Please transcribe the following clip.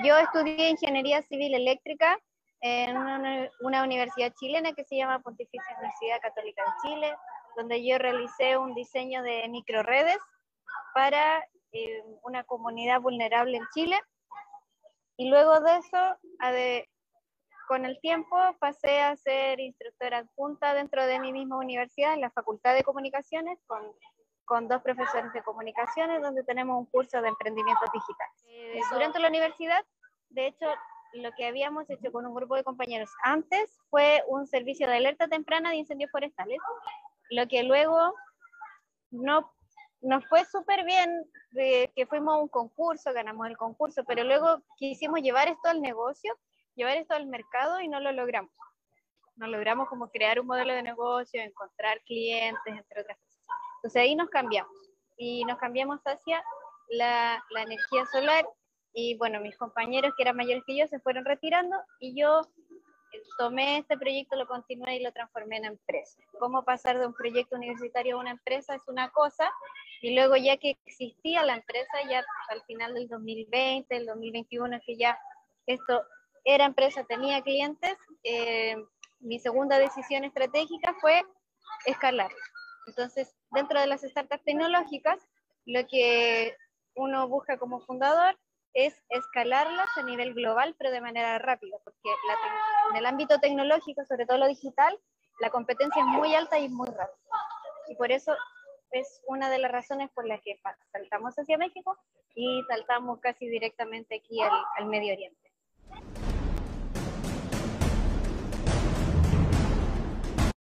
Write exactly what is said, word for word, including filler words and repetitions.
Yo estudié Ingeniería Civil Eléctrica en una, una universidad chilena que se llama Pontificia Universidad Católica de Chile, donde yo realicé un diseño de microredes para eh, una comunidad vulnerable en Chile. Y luego de eso, de, con el tiempo, pasé a ser instructora adjunta dentro de mi misma universidad, en la Facultad de Comunicaciones, con, con dos profesores de comunicaciones, donde tenemos un curso de emprendimiento digital. Eh, durante la universidad, de hecho, lo que habíamos hecho con un grupo de compañeros antes fue un servicio de alerta temprana de incendios forestales, lo que luego no nos fue súper bien, de que fuimos a un concurso, ganamos el concurso, pero luego quisimos llevar esto al negocio, llevar esto al mercado y no lo logramos. No logramos como crear un modelo de negocio, encontrar clientes, entre otras cosas. Entonces ahí nos cambiamos y nos cambiamos hacia la, la energía solar y bueno, mis compañeros que eran mayores que yo se fueron retirando y yo tomé este proyecto, lo continué y lo transformé en empresa. Cómo pasar de un proyecto universitario a una empresa es una cosa, y luego ya que existía la empresa, ya al final del dos mil veinte, el dos mil veintiuno, que ya esto era empresa, tenía clientes, eh, mi segunda decisión estratégica fue escalar. Entonces, dentro de las startups tecnológicas, lo que uno busca como fundador es escalarlas a nivel global, pero de manera rápida, porque la en el ámbito tecnológico, sobre todo lo digital, la competencia es muy alta y muy rápida. Y por eso es una de las razones por las que saltamos hacia México y saltamos casi directamente aquí al, al Medio Oriente.